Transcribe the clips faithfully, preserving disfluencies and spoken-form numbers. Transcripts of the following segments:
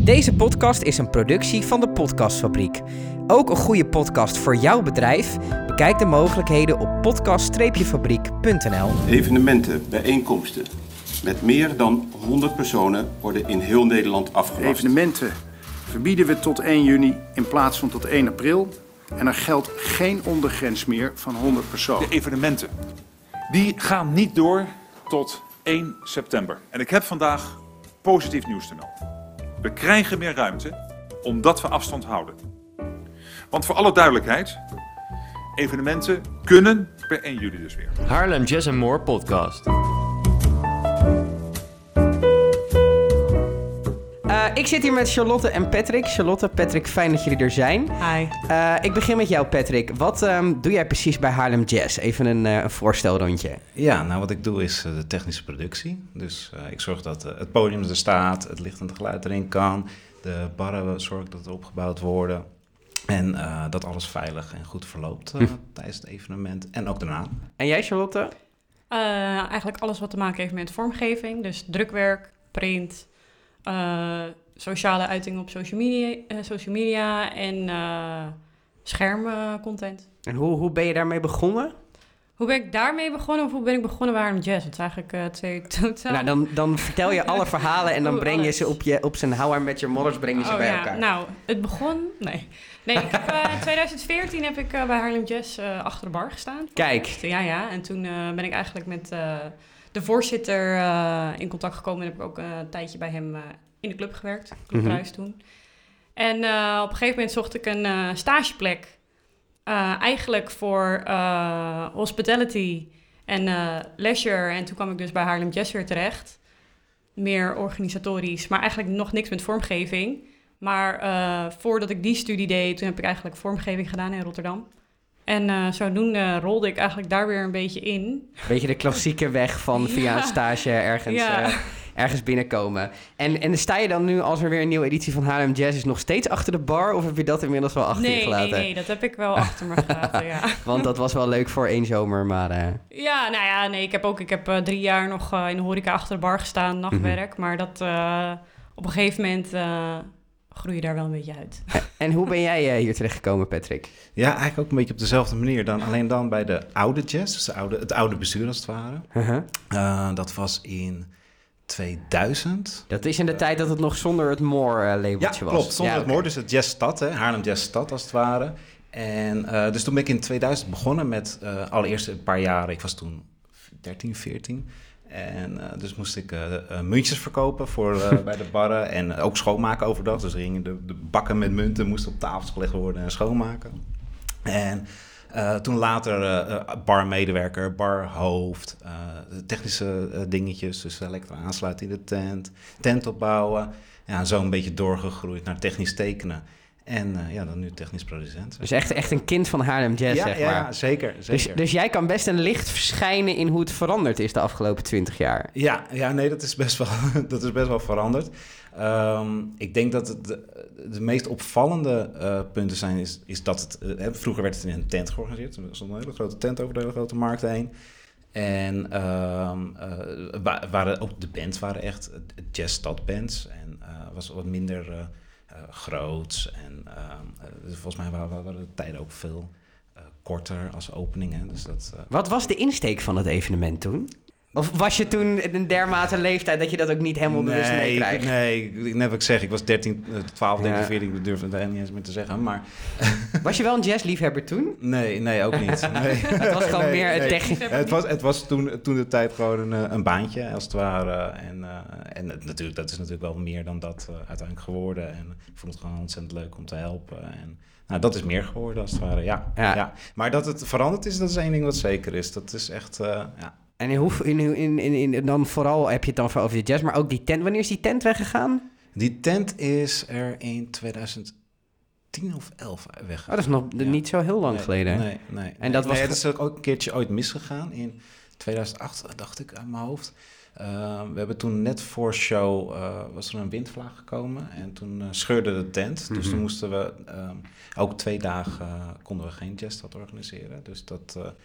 Deze podcast is een productie van de Podcastfabriek. Ook een goede podcast voor jouw bedrijf? Bekijk de mogelijkheden op podcast fabriek punt n l. Evenementen, bijeenkomsten met meer dan honderd personen worden in heel Nederland afgelast. Evenementen verbieden we tot één juni in plaats van tot één april. En er geldt geen ondergrens meer van honderd personen. De evenementen, die gaan niet door tot één september. En ik heb vandaag positief nieuws te melden. We krijgen meer ruimte omdat we afstand houden. Want voor alle duidelijkheid, evenementen kunnen per één juli dus weer. Haarlem Jazz and More podcast. Uh, ik zit hier met Charlotte en Patrick. Charlotte, Patrick, fijn dat jullie er zijn. Hi. Uh, ik begin met jou, Patrick. Wat um, doe jij precies bij Haarlem Jazz? Even een, uh, een voorstelrondje. Ja, nou wat ik doe is uh, de technische productie. Dus uh, ik zorg dat uh, het podium er staat, het licht en het geluid erin kan. De barren zorg dat er opgebouwd worden. En uh, dat alles veilig en goed verloopt uh, hm. tijdens het evenement en ook daarna. En jij, Charlotte? Uh, eigenlijk alles wat te maken heeft met vormgeving. Dus drukwerk, print... Uh, sociale uitingen op social media, uh, social media en uh, schermcontent. En hoe, hoe ben je daarmee begonnen? Hoe ben ik daarmee begonnen of hoe ben ik begonnen bij Haarlem Jazz? Het is eigenlijk uh, twee totaal... Nou, dan, dan vertel je alle verhalen en dan breng je ze op, je, op zijn How I Met Your Mothers breng je ze oh, bij ja. elkaar. Nou, het begon... Nee, nee ik heb, uh, in twintig veertien heb ik uh, bij Haarlem Jazz uh, achter de bar gestaan. Kijk. Ja, ja. En toen uh, ben ik eigenlijk met... Uh, de voorzitter uh, in contact gekomen en heb ik ook uh, een tijdje bij hem uh, in de club gewerkt. Club mm-hmm. Ruis toen. En uh, op een gegeven moment zocht ik een uh, stageplek. Uh, eigenlijk voor uh, hospitality en uh, leisure. En toen kwam ik dus bij Haarlem Jazz weer terecht. Meer organisatorisch, maar eigenlijk nog niks met vormgeving. Maar uh, voordat ik die studie deed, toen heb ik eigenlijk vormgeving gedaan in Rotterdam. En uh, zodoende rolde ik eigenlijk daar weer een beetje in. Beetje de klassieke weg van via ja. een stage ergens, ja. uh, ergens binnenkomen. En, en sta je dan nu, als er weer een nieuwe editie van Haarlem Jazz is, nog steeds achter de bar? Of heb je dat inmiddels wel achter nee, je gelaten? Nee, nee, dat heb ik wel achter me gelaten, ja. Want dat was wel leuk voor één zomer, maar... Uh... Ja, nou ja, nee, ik heb ook ik heb, uh, drie jaar nog uh, in de horeca achter de bar gestaan, nachtwerk. Mm-hmm. Maar dat uh, op een gegeven moment... Uh, groei je daar wel een beetje uit. En hoe ben jij uh, hier terechtgekomen, Patrick? Ja, eigenlijk ook een beetje op dezelfde manier. Dan, alleen dan bij de oude jazz, dus de oude, het oude bestuur als het ware. Uh-huh. Uh, dat was in tweeduizend. Dat is in de uh, tijd dat het nog zonder het More-labeltje uh, ja, was. Klopt, zonder ja, het More, dus het Jazzstad, hè, Haarlem Jazzstad als het ware. En uh, dus toen ben ik in tweeduizend begonnen met uh, allereerst een paar jaren. Ik was toen dertien, veertien. En uh, dus moest ik uh, uh, muntjes verkopen voor, uh, bij de barren en uh, ook schoonmaken overdag. Dus er gingen de, de bakken met munten moesten op tafels gelegd worden en schoonmaken. En uh, toen later uh, barmedewerker, barhoofd, uh, technische uh, dingetjes. Dus elektro aansluiten in de tent, tent opbouwen. Ja, zo een beetje doorgegroeid naar technisch tekenen. En uh, ja, dan nu technisch producent. Dus echt, echt een kind van Haarlem Jazz, ja, zeg maar. Ja, zeker. zeker. Dus, dus jij kan best een licht verschijnen in hoe het veranderd is de afgelopen twintig jaar. Ja, ja nee, dat is best wel, dat is best wel veranderd. Um, ik denk dat het de, de meest opvallende uh, punten zijn, is, is dat het... Uh, vroeger werd het in een tent georganiseerd. Er stond een hele grote tent over de hele grote markt heen. En um, uh, waren, ook de bands waren echt jazzstadbands. En uh, was wat minder... Uh, Uh, groots en uh, uh, volgens mij waren, waren de tijden ook veel uh, korter als opening. Hè? Dus dat, uh... Wat was de insteek van het evenement toen? Of was je toen een dermate leeftijd dat je dat ook niet helemaal nee, bewust meekrijgt? Nee, net wat ik zeg, ik was dertien, twaalf, dertien, veertien, ik durfde het niet eens meer te zeggen. Maar... Was je wel een jazzliefhebber toen? Nee, nee, ook niet. Nee. Het was gewoon nee, meer een nee. technisch... Het was, het was toen, toen de tijd gewoon een, een baantje, als het ware. En, uh, en het, natuurlijk, dat is natuurlijk wel meer dan dat uh, uiteindelijk geworden. En ik vond het gewoon ontzettend leuk om te helpen. En nou, dat is meer geworden, als het ware, ja. ja. ja. Maar dat het veranderd is, dat is één ding wat zeker is. Dat is echt, uh, ja... En in, in, in, in, in, dan vooral heb je het dan over de jazz, maar ook die tent. Wanneer is die tent weggegaan? Die tent is er in tweeduizend tien of elf weggegaan. Oh, dat is nog ja. niet zo heel lang nee, geleden. Nee, nee. En nee, dat was nee, het is ook een keertje ooit misgegaan. In tweeduizend acht, dacht ik aan mijn hoofd. Uh, we hebben toen net voor show, uh, was er een windvlaag gekomen. En toen uh, scheurde de tent. Mm-hmm. Dus toen moesten we, um, ook twee dagen uh, konden we geen jazzstad organiseren. Dus dat... Uh,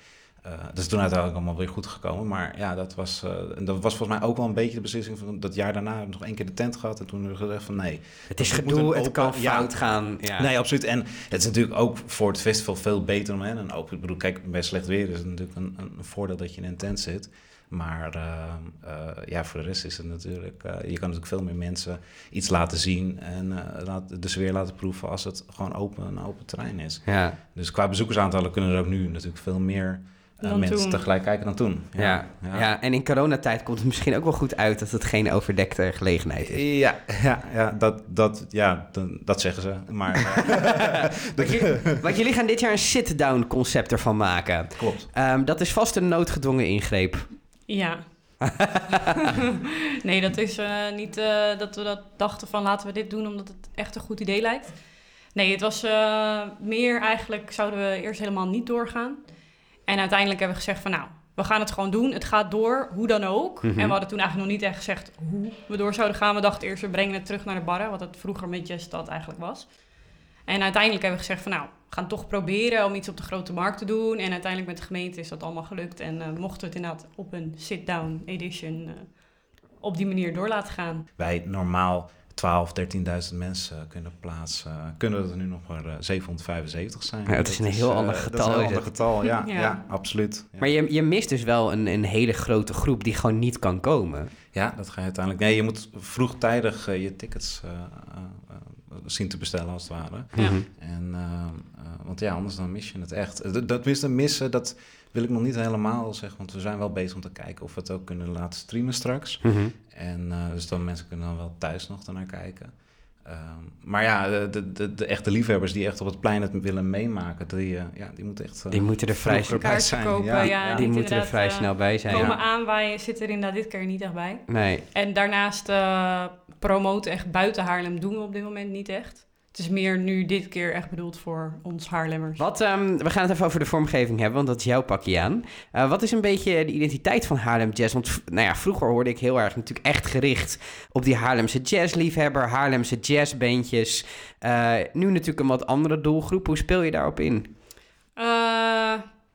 Uh, dat is toen uiteindelijk allemaal weer goed gekomen. Maar ja, dat was, uh, dat was volgens mij ook wel een beetje de beslissing van dat jaar daarna. Nog één keer de tent gehad en toen hebben we gezegd van nee. Het is gedoe, het kan fout ja, gaan. Ja. Nee, absoluut. En het is natuurlijk ook voor het festival veel beter om een open. Ik bedoel, kijk, bij slecht weer is het natuurlijk een, een voordeel dat je in een tent zit. Maar uh, uh, ja, voor de rest is het natuurlijk... Uh, je kan natuurlijk veel meer mensen iets laten zien en uh, laat, de sfeer laten proeven als het gewoon open, een open terrein is. Ja. Dus qua bezoekersaantallen kunnen er ook nu natuurlijk veel meer uh, mensen toen. tegelijk kijken dan toen. Ja. Ja. Ja. ja, en in coronatijd komt het misschien ook wel goed uit dat het geen overdekte gelegenheid is. Ja, ja, ja, dat, dat, ja dat, dat zeggen ze. Maar, uh, want, jullie, want jullie gaan dit jaar een sit-down concept ervan maken. Klopt. Um, dat is vast een noodgedwongen ingreep. Ja. Nee, dat is uh, niet uh, dat we dat dachten van laten we dit doen omdat het echt een goed idee lijkt. Nee, het was uh, meer eigenlijk zouden we eerst helemaal niet doorgaan. En uiteindelijk hebben we gezegd van nou, we gaan het gewoon doen. Het gaat door, hoe dan ook. Mm-hmm. En we hadden toen eigenlijk nog niet echt gezegd hoe we door zouden gaan. We dachten eerst we brengen het terug naar de barren, wat het vroeger met Jazzstad eigenlijk was. En uiteindelijk hebben we gezegd van nou, we gaan toch proberen om iets op de grote markt te doen. En uiteindelijk met de gemeente is dat allemaal gelukt. En uh, mochten we het inderdaad op een sit-down edition uh, op die manier door laten gaan. Wij normaal twaalf, dertienduizend mensen kunnen plaatsen. Kunnen dat er nu nog maar uh, zevenhonderdvijfenzeventig zijn. Ja, het is een dat heel is, ander uh, getal. Dat is een heel ander het? getal, ja, ja. ja absoluut. Ja. Maar je, je mist dus wel een, een hele grote groep die gewoon niet kan komen. Ja, dat ga je uiteindelijk... Nee, je moet vroegtijdig uh, je tickets uh, uh, uh, zien te bestellen, als het ware. Ja. En, uh, uh, want ja, anders dan mis je het echt. Dat, dat mis missen, dat wil ik nog niet helemaal zeggen. Want we zijn wel bezig om te kijken of we het ook kunnen laten streamen straks. Mm-hmm. En uh, dus dan mensen kunnen dan wel thuis nog ernaar kijken. Um, maar ja, de, de, de echte liefhebbers die echt op het plein het willen meemaken, die, uh, ja, die moeten echt uh, die moeten er vrij snel bij zijn. Kopen, ja. ja, Ja. Die moeten er vrij uh, snel bij zijn. Komen Ja. aanwaaien zit er inderdaad dit keer niet echt bij. Nee. En daarnaast uh, promoten echt buiten Haarlem doen we op dit moment niet echt. Het is meer nu dit keer echt bedoeld voor ons Haarlemmers. Wat, um, we gaan het even over de vormgeving hebben, want dat is jouw pakje aan. Uh, wat is een beetje de identiteit van Haarlem Jazz? Want nou ja, vroeger hoorde ik heel erg natuurlijk echt gericht op die Haarlemse jazzliefhebber, Haarlemse jazzbandjes. Uh, nu natuurlijk een wat andere doelgroep. Hoe speel je daarop in? Uh,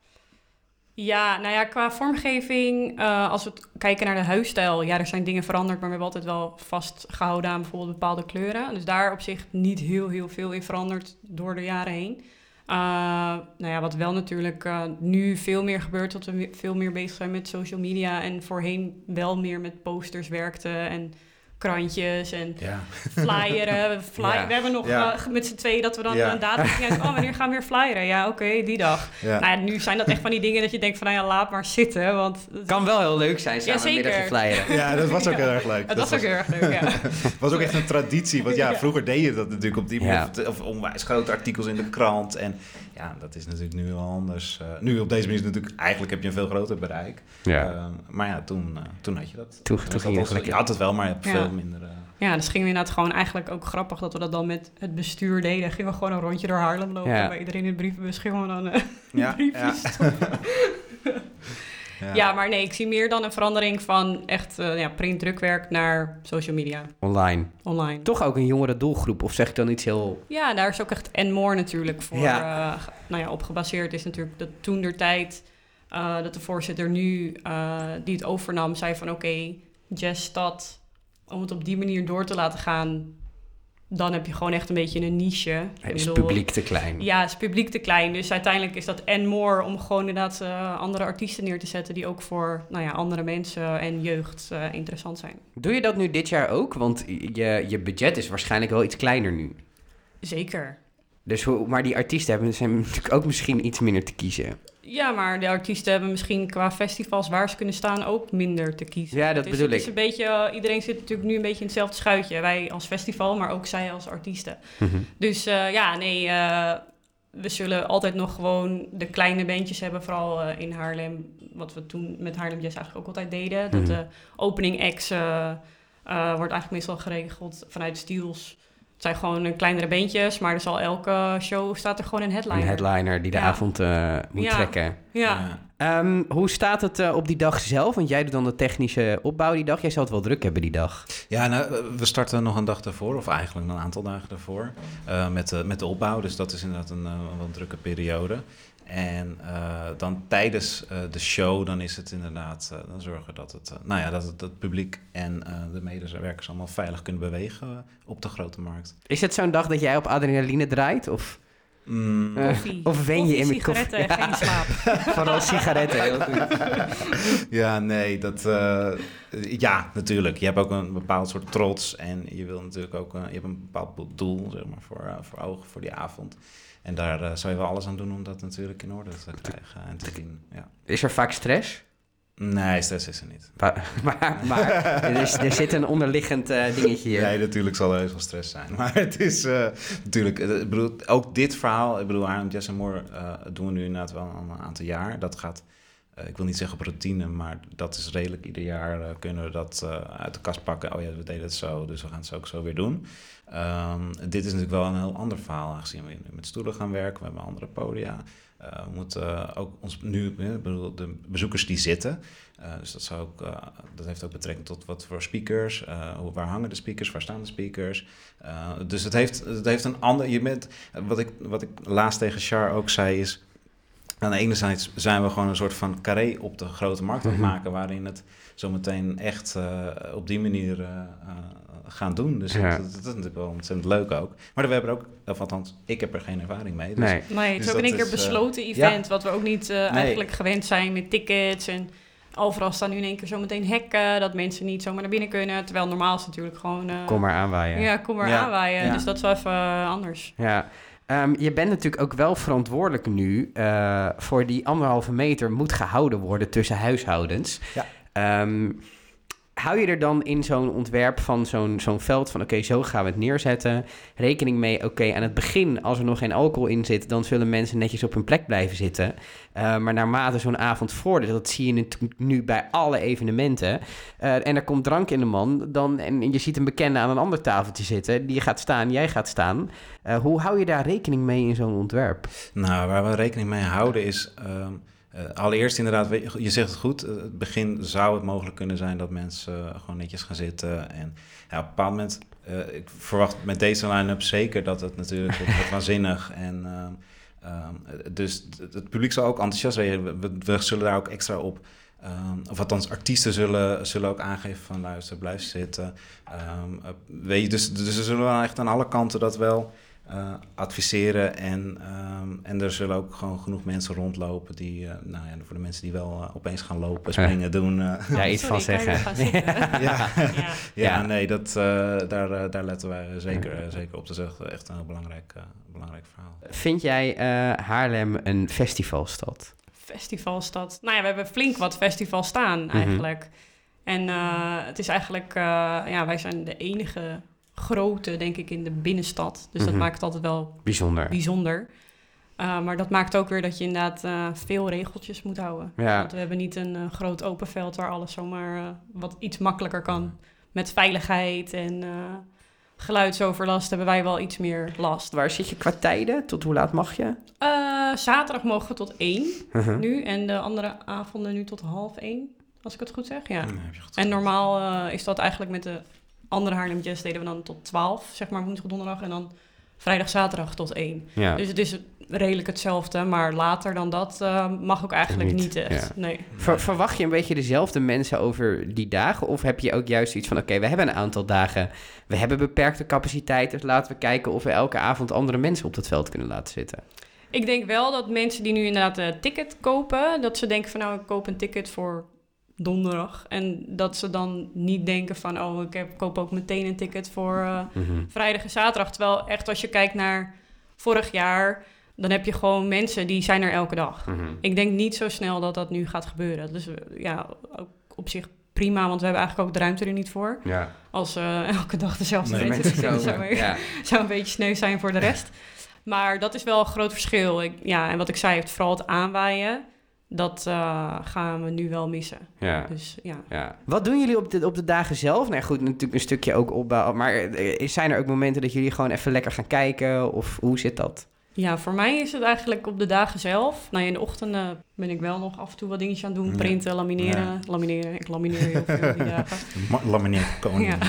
ja, nou ja, qua vormgeving, uh, als we kijken naar de huisstijl, ja, er zijn dingen veranderd, maar we hebben altijd wel vastgehouden aan bijvoorbeeld bepaalde kleuren. Dus daar op zich niet heel, heel veel in veranderd door de jaren heen. Uh, nou ja, wat wel natuurlijk uh, nu veel meer gebeurt, dat we veel meer bezig zijn met social media en voorheen wel meer met posters werkten en krantjes en ja. flyeren. Fly- ja. We hebben nog ja. uh, met z'n tweeën dat we dan ja. een datum gingen. Oh, wanneer gaan we weer flyeren? Ja, oké, okay, die dag. Ja. Nou ja, nu zijn dat echt van die dingen dat je denkt van, nou ja, laat maar zitten. Want het kan wel heel leuk zijn samen ja, middagje flyeren. Ja, dat was ook heel erg leuk. Het was, was ook heel erg leuk, ja. Het was ook echt een traditie. Want ja, vroeger deed je dat natuurlijk op die ja. manier. Of onwijs grote artikels in de krant. En ja, dat is natuurlijk nu wel anders. Uh, nu op deze manier is natuurlijk, eigenlijk heb je een veel groter bereik. Ja. Uh, maar ja, toen, uh, toen had je dat. Toen, toen, toen ging het lekker. Je had het wel, maar je hebt ja. veel minder... Uh, Ja, dus gingen we inderdaad gewoon eigenlijk ook grappig dat we dat dan met het bestuur deden. Gingen we gewoon een rondje door Haarlem lopen. Ja. Bij iedereen in de brievenbus gingen we dan uh, ja, briefjes ja. ja. ja, maar nee, ik zie meer dan een verandering van echt uh, ja, print-drukwerk naar social media. Online. Online. Toch ook een jongere doelgroep, of zeg ik dan iets heel... Ja, daar is ook echt en more natuurlijk voor ja. Uh, nou ja, op gebaseerd. Is natuurlijk dat toen der tijd uh, dat de voorzitter nu uh, die het overnam zei van oké, okay, Jazzstad... om het op die manier door te laten gaan, dan heb je gewoon echt een beetje een niche. Ja, is het publiek te klein. Ja, is het publiek te klein. Dus uiteindelijk is dat en more om gewoon inderdaad uh, andere artiesten neer te zetten die ook voor nou ja, andere mensen en jeugd uh, interessant zijn. Doe je dat nu dit jaar ook? Want je, je budget is waarschijnlijk wel iets kleiner nu. Zeker. Dus hoe, maar die artiesten hebben zijn natuurlijk ook misschien iets minder te kiezen. Ja, maar de artiesten hebben misschien qua festivals waar ze kunnen staan ook minder te kiezen. Ja, dat is, bedoel het ik. Is een beetje, uh, iedereen zit natuurlijk nu een beetje in hetzelfde schuitje. Wij als festival, maar ook zij als artiesten. Mm-hmm. Dus uh, ja, nee, uh, we zullen altijd nog gewoon de kleine bandjes hebben. Vooral uh, in Haarlem, wat we toen met Haarlem Jazz eigenlijk ook altijd deden. Mm-hmm. Dat de opening acts uh, uh, wordt eigenlijk meestal geregeld vanuit Steels. Het zijn gewoon kleinere beentjes, maar er zal elke show staat er gewoon een headliner. Een headliner die de ja. avond uh, moet ja. trekken. Ja. ja. Um, hoe staat het uh, op die dag zelf? Want jij doet dan de technische opbouw die dag. Jij zal het wel druk hebben die dag. Ja, nou, we starten nog een dag daarvoor, of eigenlijk een aantal dagen daarvoor, uh, met, uh, met de opbouw. Dus dat is inderdaad een, uh, een wat drukke periode. En uh, dan tijdens uh, de show, dan is het inderdaad, uh, dan zorgen dat het, uh, nou ja, dat het, het publiek en uh, de medewerkers allemaal veilig kunnen bewegen uh, op de grote markt. Is het zo'n dag dat jij op adrenaline draait? Of, mm. uh, of wen je in mijn koffie? Sigaretten, ja. Geen slaap. Vooral sigaretten, heel goed. Ja, nee, dat, uh, ja, natuurlijk. Je hebt ook een bepaald soort trots en je wil natuurlijk ook, uh, je hebt een bepaald doel, zeg maar, voor, uh, voor ogen voor die avond. En daar uh, zou je wel alles aan doen om dat natuurlijk in orde te krijgen en te zien. Ja. Is er vaak stress? Nee, stress is er niet. Maar, maar, maar er, is, er zit een onderliggend uh, dingetje hier. Nee, natuurlijk zal er heus wel stress zijn. Maar het is uh, natuurlijk, uh, ik bedoel, ook dit verhaal, ik bedoel, Haarlem Jazz and More uh, doen we nu inderdaad wel een aantal jaar. Dat gaat, uh, ik wil niet zeggen op routine, maar dat is redelijk. Ieder jaar uh, kunnen we dat uh, uit de kast pakken. Oh ja, we deden het zo, dus we gaan het zo ook zo weer doen. Um, dit is natuurlijk wel een heel ander verhaal, aangezien we nu met stoelen gaan werken. We hebben andere podia. Uh, we moeten uh, ook ons nu, ik bedoel, de bezoekers die zitten. Uh, dus dat, zou ook, uh, dat heeft ook betrekking tot wat voor speakers. Uh, hoe, waar hangen de speakers, waar staan de speakers. Uh, dus het heeft, het heeft een ander. Je bent, wat, ik, wat ik laatst tegen Char ook zei is. Aan de ene zijde zijn we gewoon een soort van carré op de grote markt aan het maken, waarin het zometeen echt uh, op die manier uh, uh, gaan doen. Dus ja. dat, dat, dat is natuurlijk wel ontzettend leuk ook. Maar we hebben er ook, of althans, ik heb er geen ervaring mee. Dus, nee. nee, het is dus ook in één keer is, besloten uh, event, ja. wat we ook niet uh, nee. eigenlijk gewend zijn met tickets en overal staan nu in één keer zometeen hekken, dat mensen niet zomaar naar binnen kunnen. Terwijl normaal is het natuurlijk gewoon... Uh, kom maar aanwaaien. Ja, kom maar ja. aanwaaien. Ja. Dus dat is wel even uh, anders. Ja. Um, je bent natuurlijk ook wel verantwoordelijk nu uh, voor die anderhalve meter moet gehouden worden tussen huishoudens. Ja. Um, hou je er dan in zo'n ontwerp van zo'n, zo'n veld van oké, okay, zo gaan we het neerzetten. Rekening mee, oké, okay, aan het begin als er nog geen alcohol in zit, dan zullen mensen netjes op hun plek blijven zitten. Uh, maar naarmate zo'n avond vordert, dat zie je natuurlijk nu bij alle evenementen. Uh, en er komt drank in de man, dan, en je ziet een bekende aan een ander tafeltje zitten. Die gaat staan, jij gaat staan. Uh, hoe hou je daar rekening mee in zo'n ontwerp? Nou, waar we rekening mee houden is... Um... Uh, allereerst inderdaad, je zegt het goed, uh, het begin zou het mogelijk kunnen zijn dat mensen uh, gewoon netjes gaan zitten. En ja, op een bepaald moment, uh, ik verwacht met deze line-up zeker dat het natuurlijk wordt, wordt waanzinnig. En, uh, uh, dus het publiek zal ook enthousiast reageren. We, we zullen daar ook extra op, um, of althans artiesten zullen, zullen ook aangeven van luister, blijf zitten. Um, uh, weet je, dus, dus er zullen wel echt aan alle kanten dat wel... Uh, adviseren en, um, en er zullen ook gewoon genoeg mensen rondlopen die, uh, nou ja, voor de mensen die wel uh, opeens gaan lopen, springen, doen. Uh, ja, iets Sorry, van zeggen. ja. Ja. Ja. Ja, nee, dat, uh, daar, uh, daar letten wij zeker, uh, zeker op. Dat is echt, echt een heel belangrijk, uh, belangrijk verhaal. Vind jij uh, Haarlem een festivalstad? Festivalstad? Nou ja, we hebben flink wat festivals staan eigenlijk. Mm-hmm. En uh, het is eigenlijk, uh, ja, wij zijn de enige... grote, denk ik, in de binnenstad. Dus mm-hmm. dat maakt het altijd wel bijzonder. bijzonder. Uh, maar dat maakt ook weer dat je inderdaad uh, veel regeltjes moet houden. Ja. Want we hebben niet een uh, groot open veld waar alles zomaar uh, wat iets makkelijker kan. Met veiligheid en uh, geluidsoverlast hebben wij wel iets meer last. Waar zit je qua tijden? Tot hoe laat mag je? Uh, zaterdag mogen we tot één uh-huh. nu. En de andere avonden nu tot half één, als ik het goed zeg. Ja. Nee, heb je goed en normaal uh, is dat eigenlijk met de... andere Haarlem Jazz deden we dan tot twaalf, zeg maar woensdag, donderdag. En dan vrijdag, zaterdag tot één. Ja. Dus het is redelijk hetzelfde. Maar later dan dat uh, mag ook eigenlijk niet, niet echt. Ja. Nee. Ver, verwacht je een beetje dezelfde mensen over die dagen? Of heb je ook juist iets van... oké, okay, we hebben een aantal dagen. We hebben beperkte capaciteit. Dus laten we kijken of we elke avond andere mensen op dat veld kunnen laten zitten. Ik denk wel dat mensen die nu inderdaad een ticket kopen... dat ze denken van nou, ik koop een ticket voor... donderdag. En dat ze dan niet denken van... oh, ik heb, koop ook meteen een ticket voor uh, mm-hmm. vrijdag en zaterdag. Terwijl echt als je kijkt naar vorig jaar... dan heb je gewoon mensen die zijn er elke dag. Mm-hmm. Ik denk niet zo snel dat dat nu gaat gebeuren. Dus ja, ook op zich prima... want we hebben eigenlijk ook de ruimte er niet voor. Ja. Als uh, elke dag dezelfde nee, mensen zitten... zou, ja. zou een beetje sneu zijn voor de rest. Maar dat is wel een groot verschil. Ik, ja, en wat ik zei, heeft vooral het aanwaaien... Dat uh, gaan we nu wel missen. Ja. Dus, ja. Ja. Wat doen jullie op de, op de dagen zelf? Nou goed, natuurlijk een stukje ook opbouw. Maar zijn er ook momenten dat jullie gewoon even lekker gaan kijken? Of hoe zit dat? Ja, voor mij is het eigenlijk op de dagen zelf. Nou, in de ochtenden ben ik wel nog af en toe wat dingetjes aan het doen. Ja. Printen, lamineren. Ja. Lamineren, ik lamineer heel veel die dagen. Lamineer koning. Ja.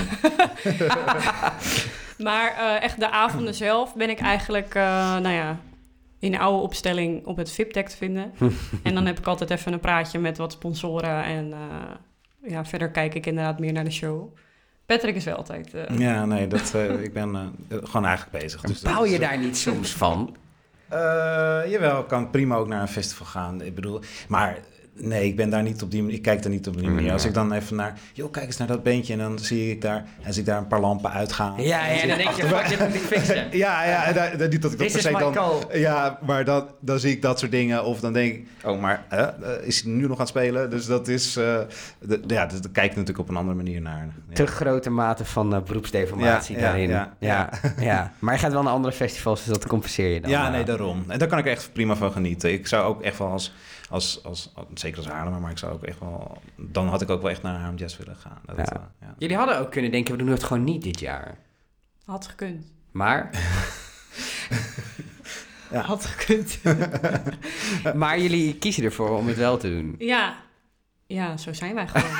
Maar uh, echt de avonden zelf ben ik eigenlijk, uh, nou ja... in de oude opstelling op het V I P-deck te vinden. En dan heb ik altijd even een praatje met wat sponsoren. En uh, ja, verder kijk ik inderdaad meer naar de show. Patrick is wel altijd... Uh... Ja, nee, dat, uh, ik ben uh, gewoon eigenlijk bezig. Dus dus bouw je dat, daar niet soms van? Uh, jawel, ik kan prima ook naar een festival gaan. Ik bedoel, maar... Nee, ik ben daar niet op die manier. Ik kijk daar niet op die manier. Als ik dan even naar, joh, kijk eens naar dat beentje en dan zie ik daar, als ik daar een paar lampen uitgaan. Ja, ja, en dan denk je, fuck, dit moet ik fixen. Ja, ja, en daar, daar, niet dat ik dat This per se dan. call. Ja, maar dan, dan zie ik dat soort dingen of dan denk ik, oh, maar uh, is hij nu nog aan het spelen? Dus dat is, uh, de, ja, dus daar kijk ik natuurlijk op een andere manier naar. Ja. Te grote mate van uh, beroepsdeformatie ja, daarin. Ja, ja, ja. ja. ja. Maar je gaat wel naar andere festivals, dus dat compenseer je dan. Ja, uh. nee, daarom. En daar kan ik echt prima van genieten. Ik zou ook echt wel als, als, als, als zeker als Haarlemmer, maar ik zou ook echt wel, dan had ik ook wel echt naar Haarlem Jazz willen gaan. Dat, ja. uh, ja. Jullie hadden ook kunnen denken, we doen het gewoon niet dit jaar. Had gekund. Maar? ja. Had gekund. Maar jullie kiezen ervoor om het wel te doen. Ja. Ja, zo zijn wij gewoon.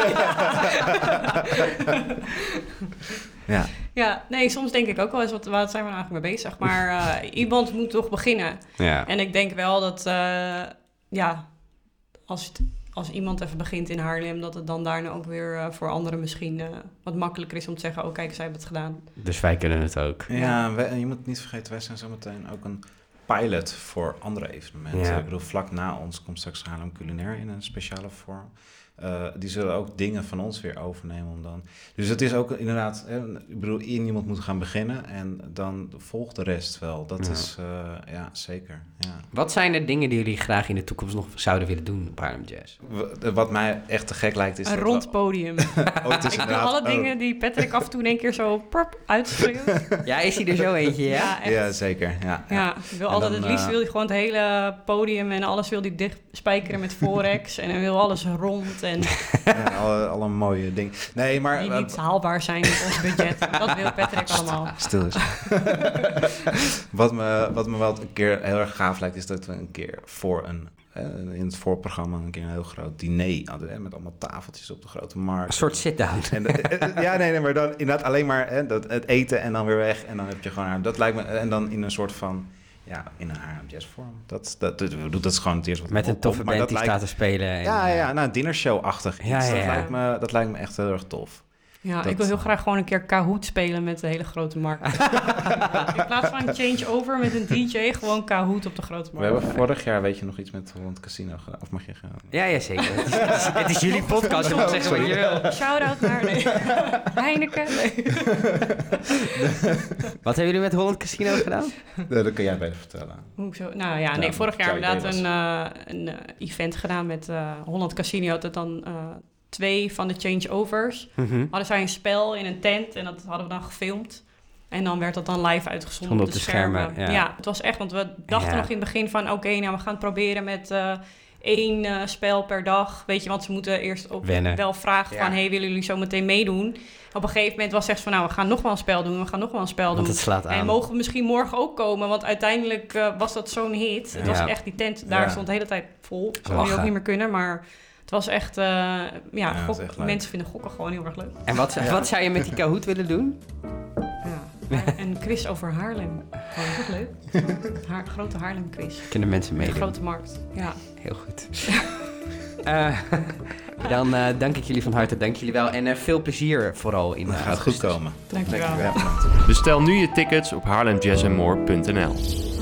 ja. Ja, nee, soms denk ik ook wel eens, wat, wat zijn we nou eigenlijk mee bezig? Maar uh, iemand moet toch beginnen. Ja. En ik denk wel dat, uh, ja, als, het, als iemand even begint in Haarlem, dat het dan daarna ook weer uh, voor anderen misschien uh, wat makkelijker is om te zeggen, oh kijk, zij hebben het gedaan. Dus wij kunnen het ook. Ja, wij, en je moet niet vergeten, wij zijn zometeen ook een pilot voor andere evenementen. Ja. Ik bedoel, vlak na ons komt straks Haarlem Culinair in een speciale vorm. Uh, die zullen ook dingen van ons weer overnemen om dan. Dus het is ook inderdaad, hè, ik bedoel, iemand moet gaan beginnen en dan volgt de rest wel. Dat ja. is, uh, ja, zeker. Ja. Wat zijn er dingen die jullie graag in de toekomst nog zouden willen doen op Haarlem Jazz? W- wat mij echt te gek lijkt is... Een rond we... podium. oh, het is ik wil alle oh. dingen die Patrick af en toe in één keer zo prop uitschreeuwt. Ja, is hij er zo eentje, ja? Ja, echt. Ja, zeker. Ja, ja. ja ik wil altijd, dan, het liefst uh... wil hij gewoon het hele podium en alles wil hij dicht spijkeren met Forex en hij wil alles rond en... ja, alle, alle mooie dingen. Nee, maar... Die niet haalbaar zijn met ons budget. Dat wil Patrick allemaal. Stil eens. wat, me, wat me wel een keer heel erg gaaf lijkt, is dat we een keer voor een... in het voorprogramma een keer een heel groot diner hadden, hè, met allemaal tafeltjes op de grote markt. Een soort sit-down. En dat, ja, nee, nee, maar dan inderdaad alleen maar hè, dat, het eten en dan weer weg. En dan heb je gewoon... Dat lijkt me... En dan in een soort van... Ja, in een Haarlem Jazz vorm. Dat, dat, dat, dat, dat is gewoon het eerste wat met een toffe band die lijkt, staat te spelen. En, ja, ja, nou, een dinnershow-achtig iets. Ja, ja, ja. Dat, lijkt me, dat lijkt me echt heel erg tof. Ja, dat, ik wil heel graag gewoon een keer Kahoot spelen met de hele grote markt. In plaats van een change-over met een D J, gewoon Kahoot op de grote markt. We hebben vorig jaar, weet je, nog iets met Holland Casino gedaan. Of mag je gaan? Ja, ja, zeker. Het is, het is, het is jullie podcast, je moet zeggen wat je wil. Shout-out naar nee. Heineken. Nee. Wat hebben jullie met Holland Casino gedaan? Nee, dat kun jij beter vertellen. Hoezo? Nou ja, nee, vorig jaar inderdaad een, uh, een uh, event gedaan met uh, Holland Casino. Had het dan... Uh, twee van de changeovers. Mm-hmm. Hadden zij een spel in een tent en dat hadden we dan gefilmd. En dan werd dat dan live uitgezonden op de, de schermen. schermen. Ja. ja, het was echt, want we dachten ja. nog in het begin van... oké, okay, nou we gaan het proberen met uh, één uh, spel per dag. Weet je, want ze moeten eerst ook Wennen. wel vragen ja. van... hey, willen jullie zo meteen meedoen? Op een gegeven moment was het echt van... nou, we gaan nog wel een spel doen, we gaan nog wel een spel want doen. Het slaat aan. En mogen we misschien morgen ook komen? Want uiteindelijk uh, was dat zo'n hit. Ja. Het was echt, die tent daar ja. stond de hele tijd vol. Dat zou nu ook niet meer kunnen, maar... Het was echt, uh, ja, ja gok, echt mensen vinden gokken gewoon heel erg leuk. En wat, ja. wat zou je met die Kahoot willen doen? Ja, een quiz over Haarlem. Gewoon oh, leuk. Haar, grote Haarlem quiz. Kunnen mensen meedoen? De grote markt, ja. Heel goed. uh, dan uh, dank ik jullie van harte, dank jullie wel. En uh, veel plezier vooral in Het gaat goed komen. Dank je wel. Bestel nu je tickets op haarlem jazz and more punt n l.